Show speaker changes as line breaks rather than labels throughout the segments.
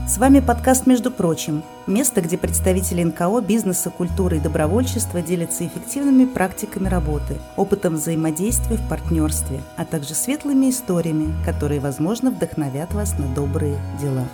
С вами подкаст «Между прочим» – место, где представители НКО, бизнеса, культуры и добровольчества делятся эффективными практиками работы, опытом взаимодействия в партнерстве, а также светлыми историями, которые, возможно, вдохновят вас на добрые дела.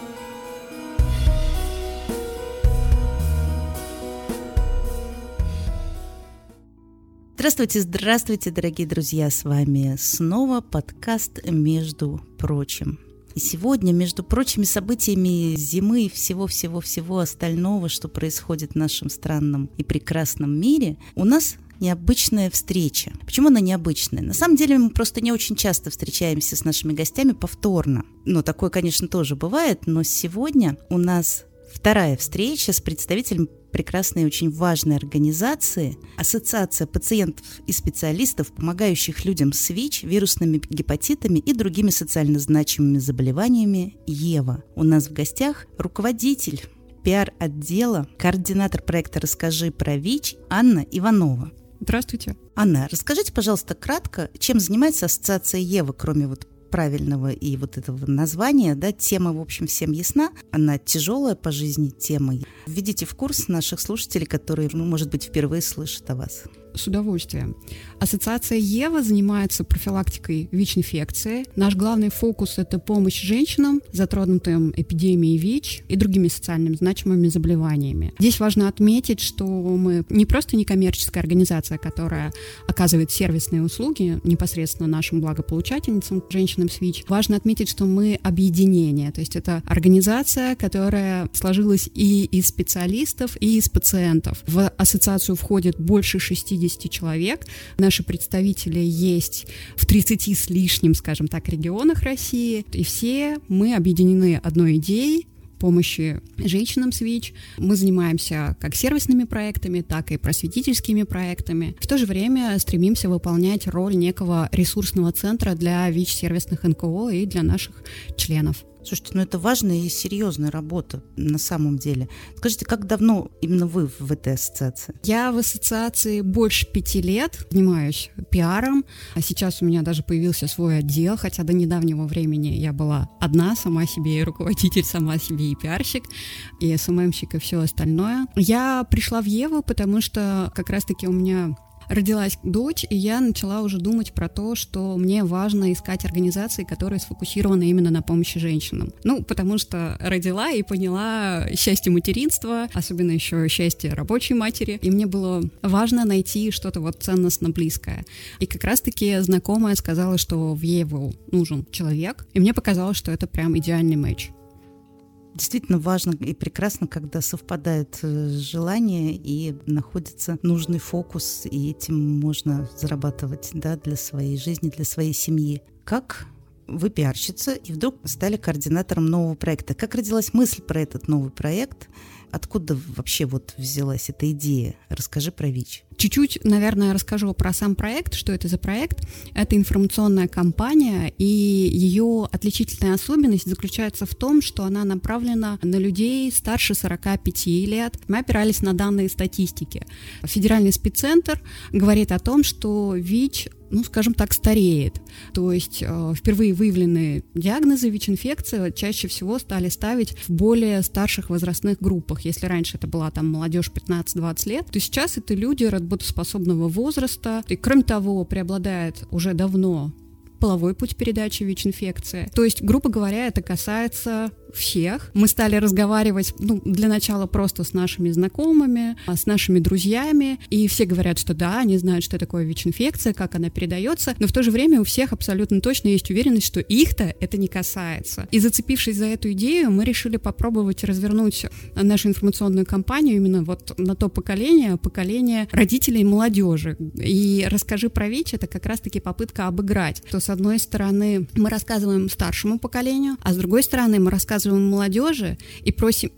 Здравствуйте, дорогие друзья! С вами снова подкаст «Между прочим». И сегодня, между прочими событиями зимы и всего-всего-всего остального, что происходит в нашем странном и прекрасном мире, у нас необычная встреча. Почему она необычная? На самом деле мы просто не очень часто встречаемся с нашими гостями повторно. Ну, такое, конечно, тоже бывает, но сегодня у нас вторая встреча с представителем прекрасной и очень важной организации Ассоциация пациентов и специалистов, помогающих людям с ВИЧ, вирусными гепатитами и другими социально значимыми заболеваниями ЕВА. У нас в гостях руководитель пиар-отдела, координатор проекта «Расскажи про ВИЧ» Анна Иванова.
Здравствуйте.
Анна, расскажите, пожалуйста, кратко, чем занимается Ассоциация ЕВА, кроме правильного и этого названия, да, тема, в общем, всем ясна, она тяжелая по жизни тема. Введите в курс наших слушателей, которые, может быть, впервые слышат о вас.
С удовольствием. Ассоциация ЕВА занимается профилактикой ВИЧ-инфекции. Наш главный фокус – это помощь женщинам, затронутым эпидемией ВИЧ и другими социально значимыми заболеваниями. Здесь важно отметить, что мы не просто некоммерческая организация, которая оказывает сервисные услуги непосредственно нашим благополучательницам, женщинам с ВИЧ. Важно отметить, что мы объединение, то есть это организация, которая сложилась и из специалистов, и из пациентов. В ассоциацию входит больше 60 человек. Наши представители есть в 30 с лишним, скажем так, регионах России. И все мы объединены одной идеей помощи женщинам с ВИЧ. Мы занимаемся как сервисными проектами, так и просветительскими проектами. В то же время стремимся выполнять роль некого ресурсного центра для ВИЧ-сервисных НКО и для наших членов.
Слушайте, это важная и серьезная работа на самом деле. Скажите, как давно именно вы в этой ассоциации?
Я в ассоциации больше 5 лет, занимаюсь пиаром, а сейчас у меня даже появился свой отдел, хотя до недавнего времени я была одна, сама себе и руководитель, сама себе и пиарщик, и СММщик, и все остальное. Я пришла в ЕВА, потому что как раз-таки у меня родилась дочь, и я начала уже думать про то, что мне важно искать организации, которые сфокусированы именно на помощи женщинам. Потому что родила и поняла счастье материнства, особенно еще счастье рабочей матери, и мне было важно найти что-то ценностно близкое. И как раз-таки знакомая сказала, что в ЕВУ нужен человек, и мне показалось, что это прям идеальный матч.
Действительно важно и прекрасно, когда совпадают желания и находится нужный фокус, и этим можно зарабатывать, да, для своей жизни, для своей семьи. Как вы пиарщица и вдруг стали координатором нового проекта? Как родилась мысль про этот новый проект? Откуда вообще взялась эта идея? Расскажи про ВИЧ.
Чуть-чуть, наверное, расскажу про сам проект, что это за проект. Это информационная кампания, и ее отличительная особенность заключается в том, что она направлена на людей старше 45 лет. Мы опирались на данные статистики. Федеральный спеццентр говорит о том, что ВИЧ, скажем так, стареет. То есть впервые выявленные диагнозы ВИЧ-инфекции чаще всего стали ставить в более старших возрастных группах. Если раньше это была молодежь 15-20 лет, то сейчас это люди работоспособного возраста. И, кроме того, преобладает уже давно половой путь передачи ВИЧ-инфекции. То есть, грубо говоря, это касается всех. Мы стали разговаривать, для начала просто с нашими знакомыми, с нашими друзьями, и все говорят, что да, они знают, что такое ВИЧ-инфекция, как она передается, но в то же время у всех абсолютно точно есть уверенность, что их-то это не касается. И зацепившись за эту идею, мы решили попробовать развернуть нашу информационную кампанию именно на то поколение родителей и молодежи. И «Расскажи про ВИЧ» — это как раз-таки попытка обыграть. То, с одной стороны, мы рассказываем старшему поколению, а с другой стороны, мы рассказываем молодежи и просим их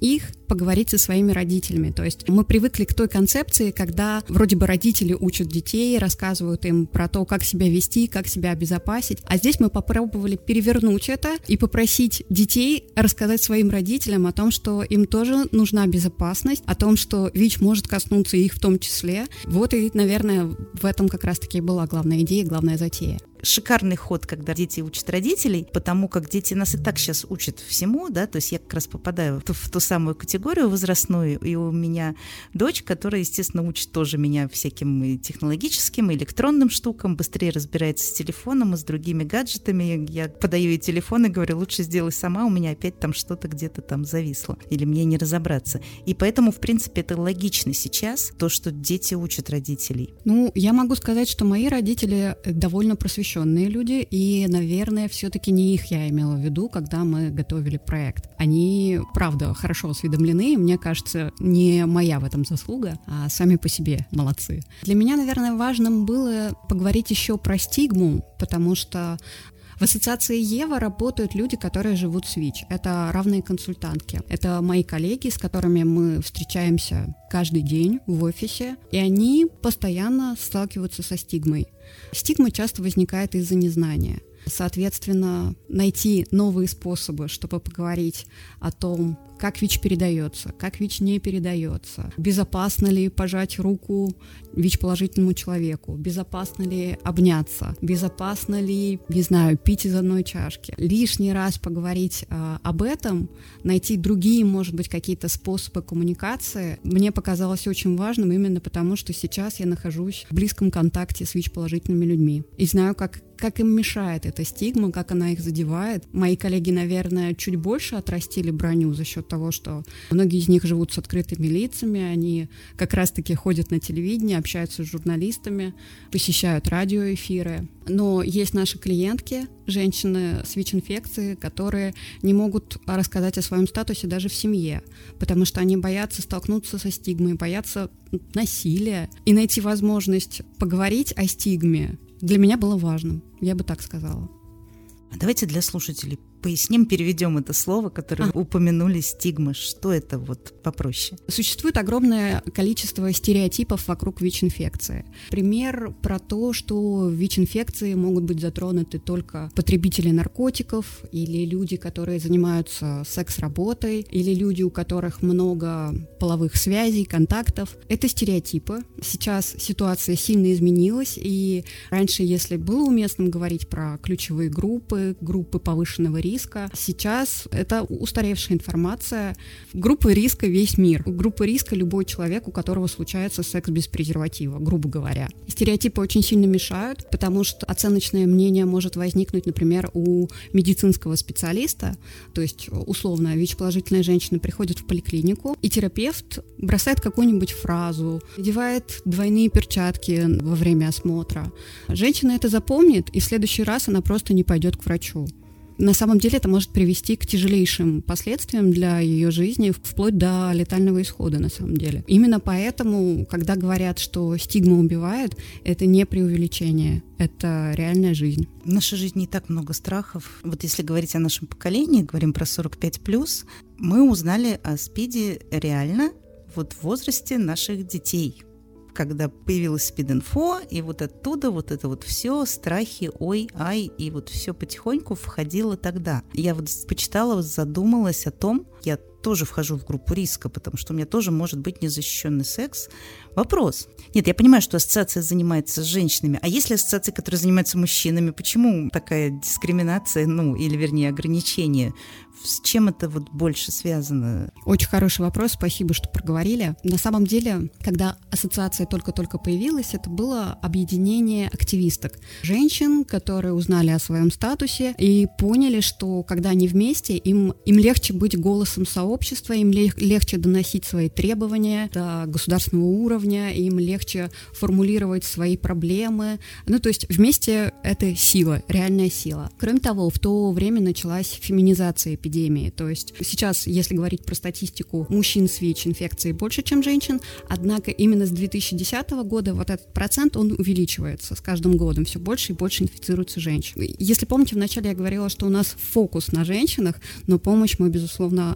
поговорить со своими родителями. То есть мы привыкли к той концепции, когда вроде бы родители учат детей, рассказывают им про то, как себя вести, как себя обезопасить. А здесь мы попробовали перевернуть это и попросить детей рассказать своим родителям о том, что им тоже нужна безопасность, о том, что ВИЧ может коснуться их в том числе. Вот и, наверное, в этом как раз-таки была главная идея, главная затея.
Шикарный ход, когда дети учат родителей, потому как дети нас и так сейчас учат всему, да, то есть я как раз попадаю в ту самую категорию возрастную, и у меня дочь, которая, естественно, учит тоже меня всяким и технологическим, и электронным штукам, быстрее разбирается с телефоном и с другими гаджетами. Я подаю ей телефон и говорю, лучше сделай сама, у меня опять там что-то где-то там зависло, или мне не разобраться. И поэтому, в принципе, это логично сейчас, то, что дети учат родителей.
Ну, я могу сказать, что мои родители довольно просвещенные люди, и, наверное, все-таки не их я имела в виду, когда мы готовили проект. Они, правда, хорошо осведомлены, и мне кажется, не моя в этом заслуга, а сами по себе молодцы. Для меня, наверное, важным было поговорить еще про стигму, потому что в ассоциации Ева работают люди, которые живут с ВИЧ. Это равные консультантки. Это мои коллеги, с которыми мы встречаемся каждый день в офисе, и они постоянно сталкиваются со стигмой. Стигма часто возникает из-за незнания. Соответственно, найти новые способы, чтобы поговорить о том, как ВИЧ передается, как ВИЧ не передается, безопасно ли пожать руку ВИЧ-положительному человеку, безопасно ли обняться, безопасно ли, не знаю, пить из одной чашки. Лишний раз поговорить об этом, найти другие, может быть, какие-то способы коммуникации, мне показалось очень важным именно потому, что сейчас я нахожусь в близком контакте с ВИЧ-положительными людьми и знаю, как им мешает эта стигма, как она их задевает. Мои коллеги, наверное, чуть больше отрастили броню за счет того, что многие из них живут с открытыми лицами, они как раз-таки ходят на телевидение, общаются с журналистами, посещают радиоэфиры. Но есть наши клиентки, женщины с ВИЧ-инфекцией, которые не могут рассказать о своем статусе даже в семье, потому что они боятся столкнуться со стигмой, боятся насилия. И найти возможность поговорить о стигме для меня было важным, я бы так сказала.
Давайте для слушателей поясним, переведем это слово, которое упомянули, стигма. Что это вот попроще?
Существует огромное количество стереотипов вокруг ВИЧ-инфекции. Пример про то, что ВИЧ-инфекции могут быть затронуты только потребители наркотиков или люди, которые занимаются секс-работой, или люди, у которых много половых связей, контактов. Это стереотипы. Сейчас ситуация сильно изменилась, и раньше, если было уместным говорить про ключевые группы повышенного риска, сейчас это устаревшая информация. Группа риска весь мир. Группа риска любой человек, у которого случается секс без презерватива, грубо говоря. Стереотипы очень сильно мешают, потому что оценочное мнение может возникнуть, например, у медицинского специалиста. То есть, условно, ВИЧ-положительная женщина приходит в поликлинику, и терапевт бросает какую-нибудь фразу, надевает двойные перчатки во время осмотра. Женщина это запомнит, и в следующий раз она просто не пойдет к врачу. На самом деле это может привести к тяжелейшим последствиям для ее жизни, вплоть до летального исхода, на самом деле. Именно поэтому, когда говорят, что стигма убивает, это не преувеличение, это реальная жизнь.
В нашей жизни не так много страхов. Вот если говорить о нашем поколении, говорим про 45+, мы узнали о СПИДе реально вот в возрасте наших детей, когда появилась СПИД-инфо, и вот оттуда вот это вот все, страхи, ой, ай, и вот все потихоньку входило тогда. Я вот почитала, задумалась о том, я тоже вхожу в группу риска, потому что у меня тоже может быть незащищенный секс. Вопрос. Нет, я понимаю, что ассоциация занимается с женщинами, а есть ли ассоциации, которые занимаются мужчинами? Почему такая дискриминация, или вернее ограничение? С чем это вот больше связано?
Очень хороший вопрос, спасибо, что проговорили. На самом деле, когда ассоциация только-только появилась, это было объединение активисток. Женщин, которые узнали о своем статусе и поняли, что когда они вместе, им легче быть голосом сообщества, им легче доносить свои требования до государственного уровня, им легче формулировать свои проблемы. То есть вместе это сила, реальная сила. Кроме того, в то время началась феминизация эпидемии. То есть сейчас, если говорить про статистику, мужчин с ВИЧ-инфекцией больше, чем женщин, однако именно с 2010 года вот этот процент, он увеличивается с каждым годом, все больше и больше инфицируются женщин. Если помните, вначале я говорила, что у нас фокус на женщинах, но помощь мы, безусловно, оказываем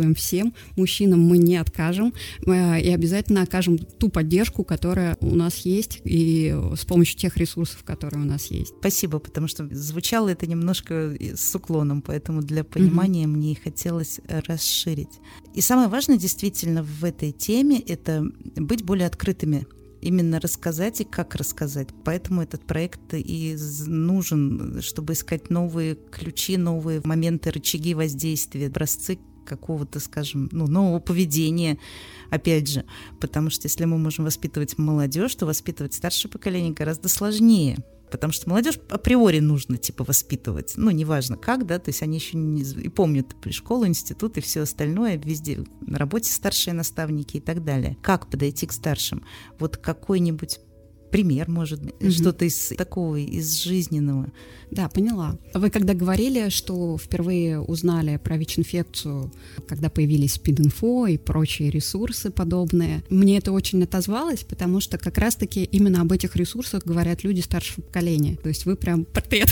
советуем всем. Мужчинам мы не откажем и обязательно окажем ту поддержку, которая у нас есть, и с помощью тех ресурсов, которые у нас есть.
Спасибо, потому что звучало это немножко с уклоном, поэтому для понимания мне хотелось расширить. И самое важное действительно в этой теме — это быть более открытыми. Именно рассказать и как рассказать. Поэтому этот проект и нужен, чтобы искать новые ключи, новые моменты, рычаги воздействия, образцы какого-то, скажем, нового поведения, опять же. Потому что если мы можем воспитывать молодежь, то воспитывать старшее поколение гораздо сложнее. Потому что молодежь априори нужно воспитывать. Неважно как, да, то есть они еще и помнят школу, институт и все остальное, везде на работе старшие наставники и так далее. Как подойти к старшим? Вот какой-нибудь пример, может быть, что-то из такого, из жизненного.
Да, поняла. Вы когда говорили, что впервые узнали про ВИЧ-инфекцию, когда появились СПИД-инфо и прочие ресурсы подобные, мне это очень отозвалось, потому что как раз-таки именно об этих ресурсах говорят люди старшего поколения. То есть вы прям портрет,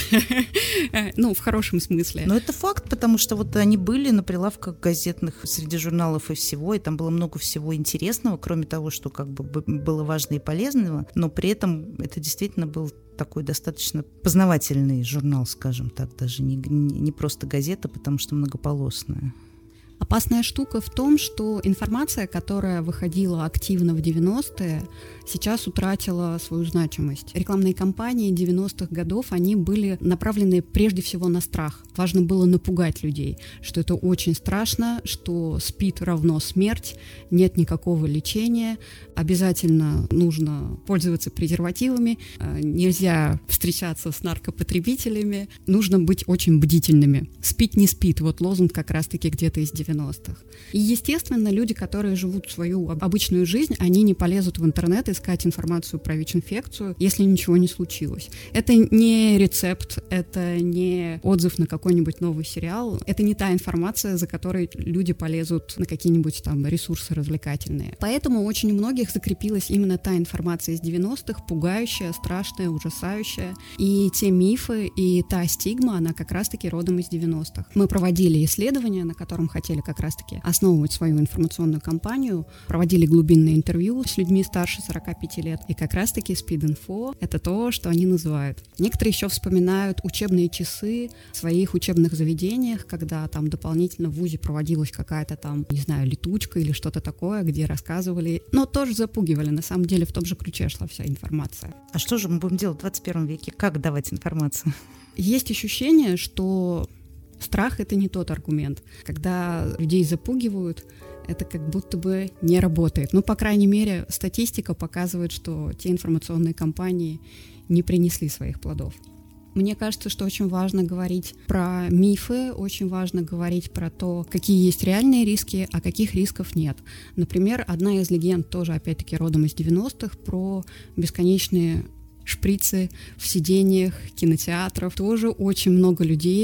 в хорошем смысле.
Но это факт, потому что вот они были на прилавках газетных среди журналов и всего, и там было много всего интересного, кроме того, что было важно и полезного, но при этом это действительно был такой достаточно познавательный журнал, скажем так, даже не просто газета, потому что многополосная.
Опасная штука в том, что информация, которая выходила активно в 90-е, сейчас утратила свою значимость. Рекламные кампании 90-х годов, они были направлены прежде всего на страх. Важно было напугать людей, что это очень страшно, что СПИД равно смерть, нет никакого лечения, обязательно нужно пользоваться презервативами, нельзя встречаться с наркопотребителями, нужно быть очень бдительными. СПИД не спит, вот лозунг как раз-таки где-то из 90-х. И, естественно, люди, которые живут свою обычную жизнь, они не полезут в интернет искать информацию про ВИЧ-инфекцию, если ничего не случилось. Это не рецепт, это не отзыв на какой-нибудь новый сериал, это не та информация, за которой люди полезут на какие-нибудь там ресурсы развлекательные. Поэтому очень у многих закрепилась именно та информация из 90-х, пугающая, страшная, ужасающая. И те мифы, и та стигма, она как раз-таки родом из 90-х. Мы проводили исследования, на котором хотели как раз-таки основывать свою информационную кампанию, проводили глубинные интервью с людьми старше 45 лет, и как раз-таки СПИД-инфо — это то, что они называют. Некоторые еще вспоминают учебные часы в своих учебных заведениях, когда там дополнительно в ВУЗе проводилась какая-то там, не знаю, летучка или что-то такое, где рассказывали, но тоже запугивали. На самом деле в том же ключе шла вся информация.
А что же мы будем делать в 21 веке? Как давать информацию?
Есть ощущение, что страх — это не тот аргумент. Когда людей запугивают, это как будто бы не работает. По крайней мере, статистика показывает, что те информационные кампании не принесли своих плодов. Мне кажется, что очень важно говорить про мифы, очень важно говорить про то, какие есть реальные риски, а каких рисков нет. Например, одна из легенд, тоже опять-таки родом из 90-х, про бесконечные шприцы в сидениях кинотеатров. Тоже очень много людей,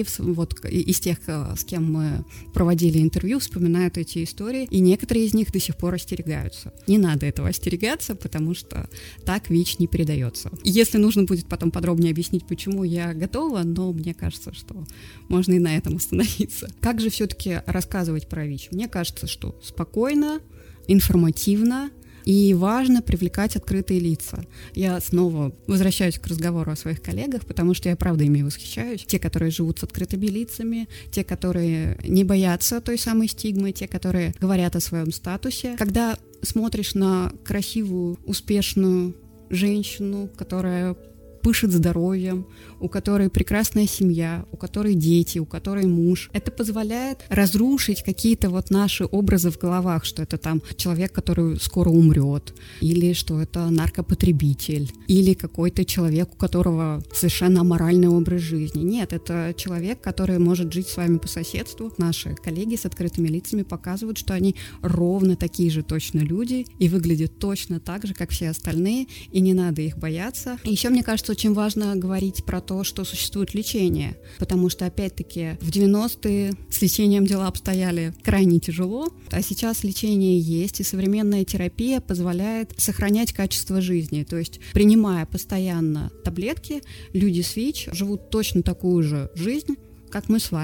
из тех, с кем мы проводили интервью, вспоминают эти истории, и некоторые из них до сих пор остерегаются. Не надо этого остерегаться, потому что так ВИЧ не передается. Если нужно будет потом подробнее объяснить, почему, я готова, но мне кажется, что можно и на этом остановиться. Как же все-таки рассказывать про ВИЧ? Мне кажется, что спокойно, информативно, и важно привлекать открытые лица. Я снова возвращаюсь к разговору о своих коллегах, потому что я правда ими восхищаюсь. Те, которые живут с открытыми лицами, те, которые не боятся той самой стигмы, те, которые говорят о своем статусе. Когда смотришь на красивую, успешную женщину, которая пышет здоровьем, у которой прекрасная семья, у которой дети, у которой муж. Это позволяет разрушить какие-то наши образы в головах, что это там человек, который скоро умрет, или что это наркопотребитель, или какой-то человек, у которого совершенно аморальный образ жизни. Нет, это человек, который может жить с вами по соседству. Наши коллеги с открытыми лицами показывают, что они ровно такие же точно люди и выглядят точно так же, как все остальные, и не надо их бояться. И еще, мне кажется, очень важно говорить про то, что существует лечение, потому что, опять-таки, в 90-е с лечением дела обстояли крайне тяжело, а сейчас лечение есть, и современная терапия позволяет сохранять качество жизни, то есть, принимая постоянно таблетки, люди с ВИЧ живут точно такую же жизнь, как мы с вами.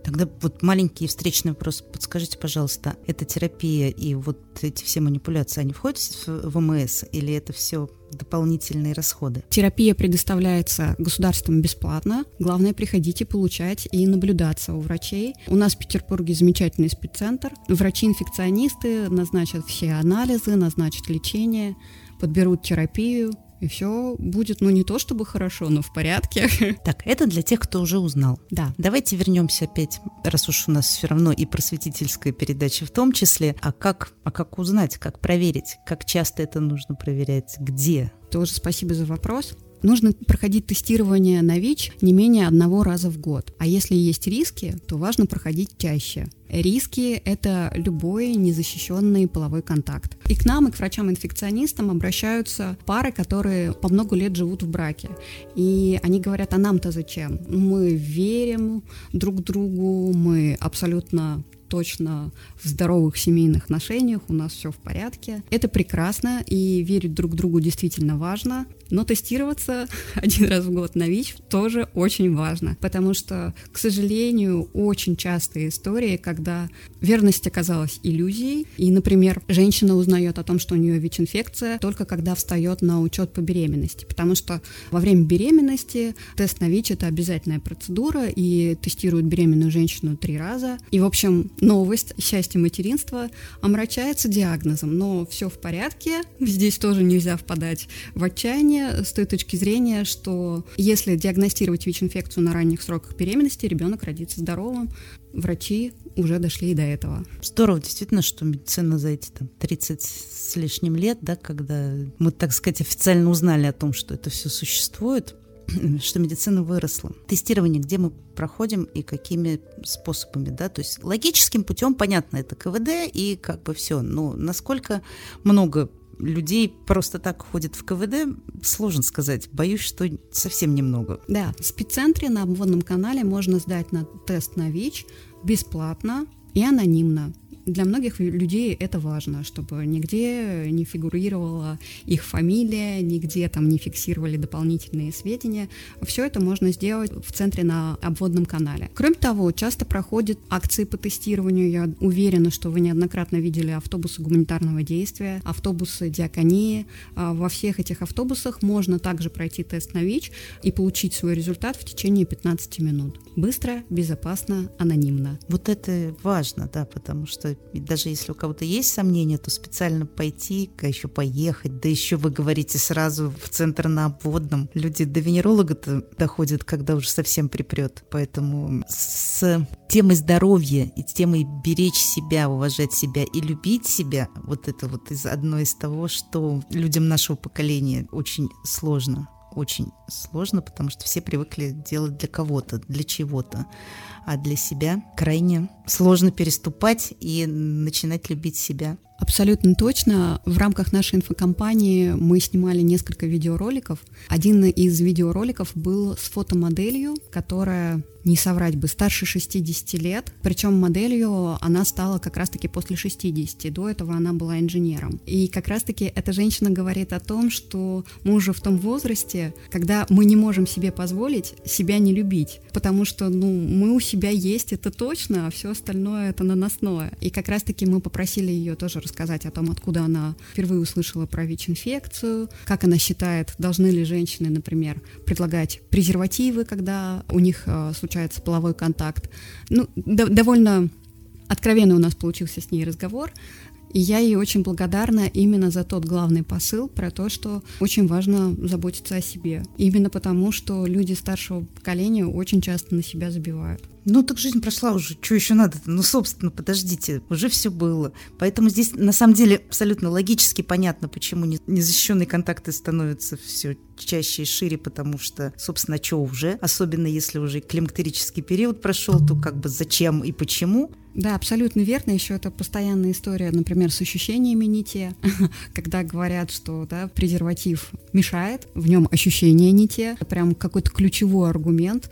Тогда вот маленький встречный вопрос. Подскажите, пожалуйста, эта терапия и вот эти все манипуляции, они входят в ВМС или это все дополнительные расходы?
Терапия предоставляется государством бесплатно. Главное, приходите получать и наблюдаться у врачей. У нас в Петербурге замечательный спеццентр. Врачи-инфекционисты назначат все анализы, назначат лечение, подберут терапию. И все будет, не то чтобы хорошо, но в порядке.
Так, это для тех, кто уже узнал.
Да.
Давайте вернемся опять, раз уж у нас все равно и просветительская передача в том числе. А как узнать, как проверить, как часто это нужно проверять, где?
Тоже спасибо за вопрос. Нужно проходить тестирование на ВИЧ не менее 1 раза в год. А если есть риски, то важно проходить чаще. Риски – это любой незащищенный половой контакт. И к нам, и к врачам-инфекционистам обращаются пары, которые по много лет живут в браке. И они говорят, а нам-то зачем? Мы верим друг другу, мы абсолютно точно в здоровых семейных отношениях, у нас все в порядке. Это прекрасно, и верить друг другу действительно важно, но тестироваться 1 раз в год на ВИЧ тоже очень важно, потому что, к сожалению, очень частые истории, когда верность оказалась иллюзией, и, например, женщина узнает о том, что у нее ВИЧ-инфекция, только когда встает на учет по беременности, потому что во время беременности тест на ВИЧ – это обязательная процедура, и тестируют беременную женщину 3 раза, и, в общем, новость счастья материнства омрачается диагнозом, но все в порядке, здесь тоже нельзя впадать в отчаяние с той точки зрения, что если диагностировать ВИЧ-инфекцию на ранних сроках беременности, ребенок родится здоровым, врачи уже дошли и до этого.
Здорово, действительно, что медицина за эти 30 с лишним лет, да, когда мы, так сказать, официально узнали о том, что это все существует, что медицина выросла. Тестирование, где мы проходим и какими способами, да, то есть логическим путем, понятно, это КВД и как бы все, но насколько много людей просто так ходят в КВД, сложно сказать, боюсь, что совсем немного.
Да, в спеццентре на обводном канале можно сдать тест на ВИЧ бесплатно и анонимно. Для многих людей это важно, чтобы нигде не фигурировала их фамилия, нигде там не фиксировали дополнительные сведения. Все это можно сделать в центре на обводном канале. Кроме того, часто проходят акции по тестированию. Я уверена, что вы неоднократно видели автобусы гуманитарного действия, автобусы диаконии. Во всех этих автобусах можно также пройти тест на ВИЧ и получить свой результат в течение 15 минут. Быстро, безопасно, анонимно.
Вот это важно, да, потому что даже если у кого-то есть сомнения, то специально пойти, еще поехать, да еще вы говорите сразу в центр на обводном. Люди до венеролога-то доходят, когда уже совсем припрет. Поэтому с темой здоровья и темой беречь себя, уважать себя и любить себя, вот это вот одно из того, что людям нашего поколения очень сложно. Очень сложно, потому что все привыкли делать для кого-то, для чего-то, а для себя крайне сложно переступать и начинать любить себя.
Абсолютно точно. В рамках нашей инфокомпании мы снимали несколько видеороликов. Один из видеороликов был с фотомоделью, которая, не соврать бы, старше 60 лет. Причем моделью она стала как раз-таки после 60. До этого она была инженером. И как раз-таки эта женщина говорит о том, что мы уже в том возрасте, когда мы не можем себе позволить себя не любить. Потому что, мы у себя есть, это точно, а все остальное это наносное. И как раз-таки мы попросили ее тоже рассказать о том, откуда она впервые услышала про ВИЧ-инфекцию, как она считает, должны ли женщины, например, предлагать презервативы, когда у них случается половой контакт. Довольно откровенный у нас получился с ней разговор, и я ей очень благодарна именно за тот главный посыл про то, что очень важно заботиться о себе. Именно потому, что люди старшего поколения очень часто на себя забивают.
Так жизнь прошла уже, что еще надо-то? Собственно, подождите, уже все было. Поэтому здесь, на самом деле, абсолютно логически понятно, почему незащищенные контакты становятся все чаще и шире, потому что, собственно, что уже? Особенно если уже климактерический период прошел, то как бы зачем и почему?
Да, абсолютно верно. Еще это постоянная история, например, с ощущениями не те. Когда говорят, что презерватив мешает, в нем ощущения не те. Это прям какой-то ключевой аргумент,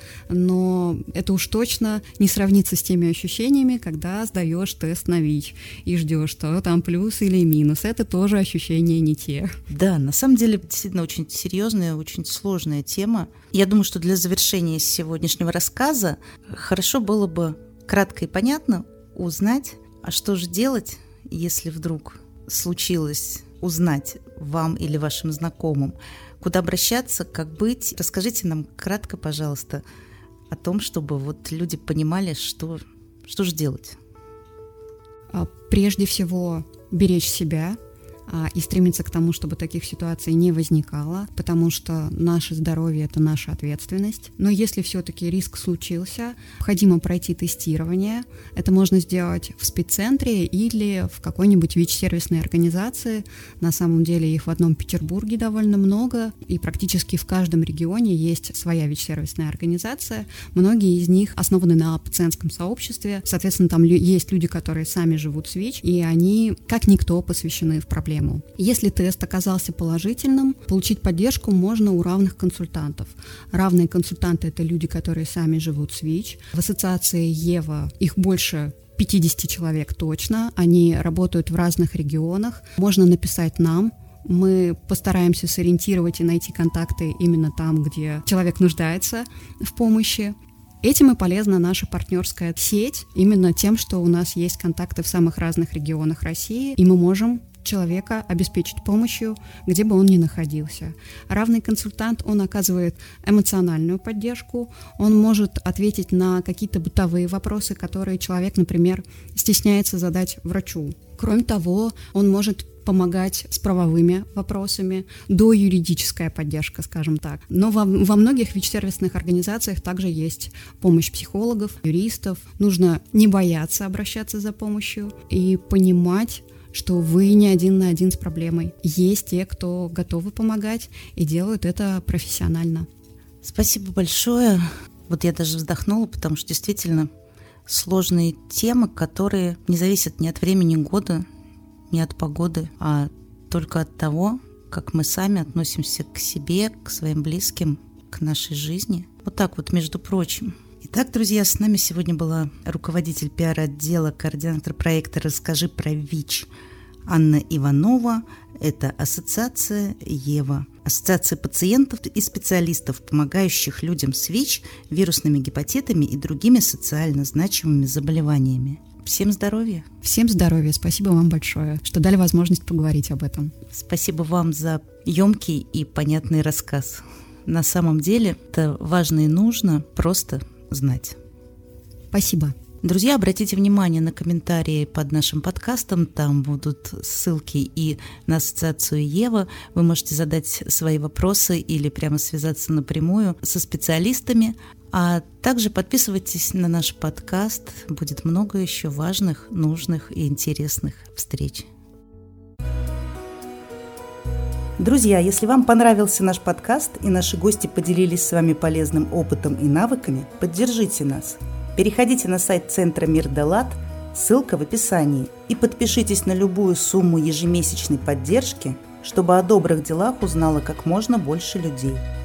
но это уж точно не сравнится с теми ощущениями, когда сдаешь тест на ВИЧ и ждешь, что там плюс или минус. Это тоже ощущения не те.
Да, на самом деле действительно очень серьезная, очень сложная тема. Я думаю, что для завершения сегодняшнего рассказа хорошо было бы кратко и понятно узнать, а что же делать, если вдруг случилось узнать вам или вашим знакомым, куда обращаться, как быть. Расскажите нам кратко, пожалуйста, о том, чтобы вот люди понимали, что же делать.
Прежде всего, беречь себя и стремиться к тому, чтобы таких ситуаций не возникало, потому что наше здоровье – это наша ответственность. Но если все-таки риск случился, необходимо пройти тестирование. Это можно сделать в спеццентре или в какой-нибудь ВИЧ-сервисной организации. На самом деле их в одном Петербурге довольно много, и практически в каждом регионе есть своя ВИЧ-сервисная организация. Многие из них основаны на пациентском сообществе. Соответственно, там есть люди, которые сами живут с ВИЧ, и они, как никто, посвящены в проблему. Если тест оказался положительным, получить поддержку можно у равных консультантов. Равные консультанты – это люди, которые сами живут с ВИЧ. В ассоциации ЕВА их больше 50 человек точно. Они работают в разных регионах. Можно написать нам. Мы постараемся сориентировать и найти контакты именно там, где человек нуждается в помощи. Этим и полезна наша партнерская сеть, именно тем, что у нас есть контакты в самых разных регионах России, и мы можем человека обеспечить помощью, где бы он ни находился. Равный консультант, он оказывает эмоциональную поддержку, он может ответить на какие-то бытовые вопросы, которые человек, например, стесняется задать врачу. Кроме того, он может помогать с правовыми вопросами, доюридическая поддержка, скажем так. Но во многих ВИЧ-сервисных организациях также есть помощь психологов, юристов. Нужно не бояться обращаться за помощью и понимать, что вы не один на один с проблемой. Есть те, кто готовы помогать и делают это профессионально.
Спасибо большое. Вот я даже вздохнула, потому что действительно сложные темы, которые не зависят ни от времени года, ни от погоды, а только от того, как мы сами относимся к себе, к своим близким, к нашей жизни. Вот так вот, между прочим. Итак, друзья, с нами сегодня была руководитель пиар-отдела, координатор проекта «Расскажи про ВИЧ» Анна Иванова. Это ассоциация ЕВА, ассоциация пациентов и специалистов, помогающих людям с ВИЧ, вирусными гепатитами и другими социально значимыми заболеваниями. Всем здоровья!
Всем здоровья! Спасибо вам большое, что дали возможность поговорить об этом.
Спасибо вам за емкий и понятный рассказ. На самом деле это важно и нужно просто знать.
Спасибо.
Друзья, обратите внимание на комментарии под нашим подкастом, там будут ссылки и на ассоциацию ЕВА. Вы можете задать свои вопросы или прямо связаться напрямую со специалистами. А также подписывайтесь на наш подкаст, будет много еще важных, нужных и интересных встреч. Друзья, если вам понравился наш подкаст и наши гости поделились с вами полезным опытом и навыками, поддержите нас. Переходите на сайт Центра Мир де Лад, ссылка в описании, и подпишитесь на любую сумму ежемесячной поддержки, чтобы о добрых делах узнало как можно больше людей.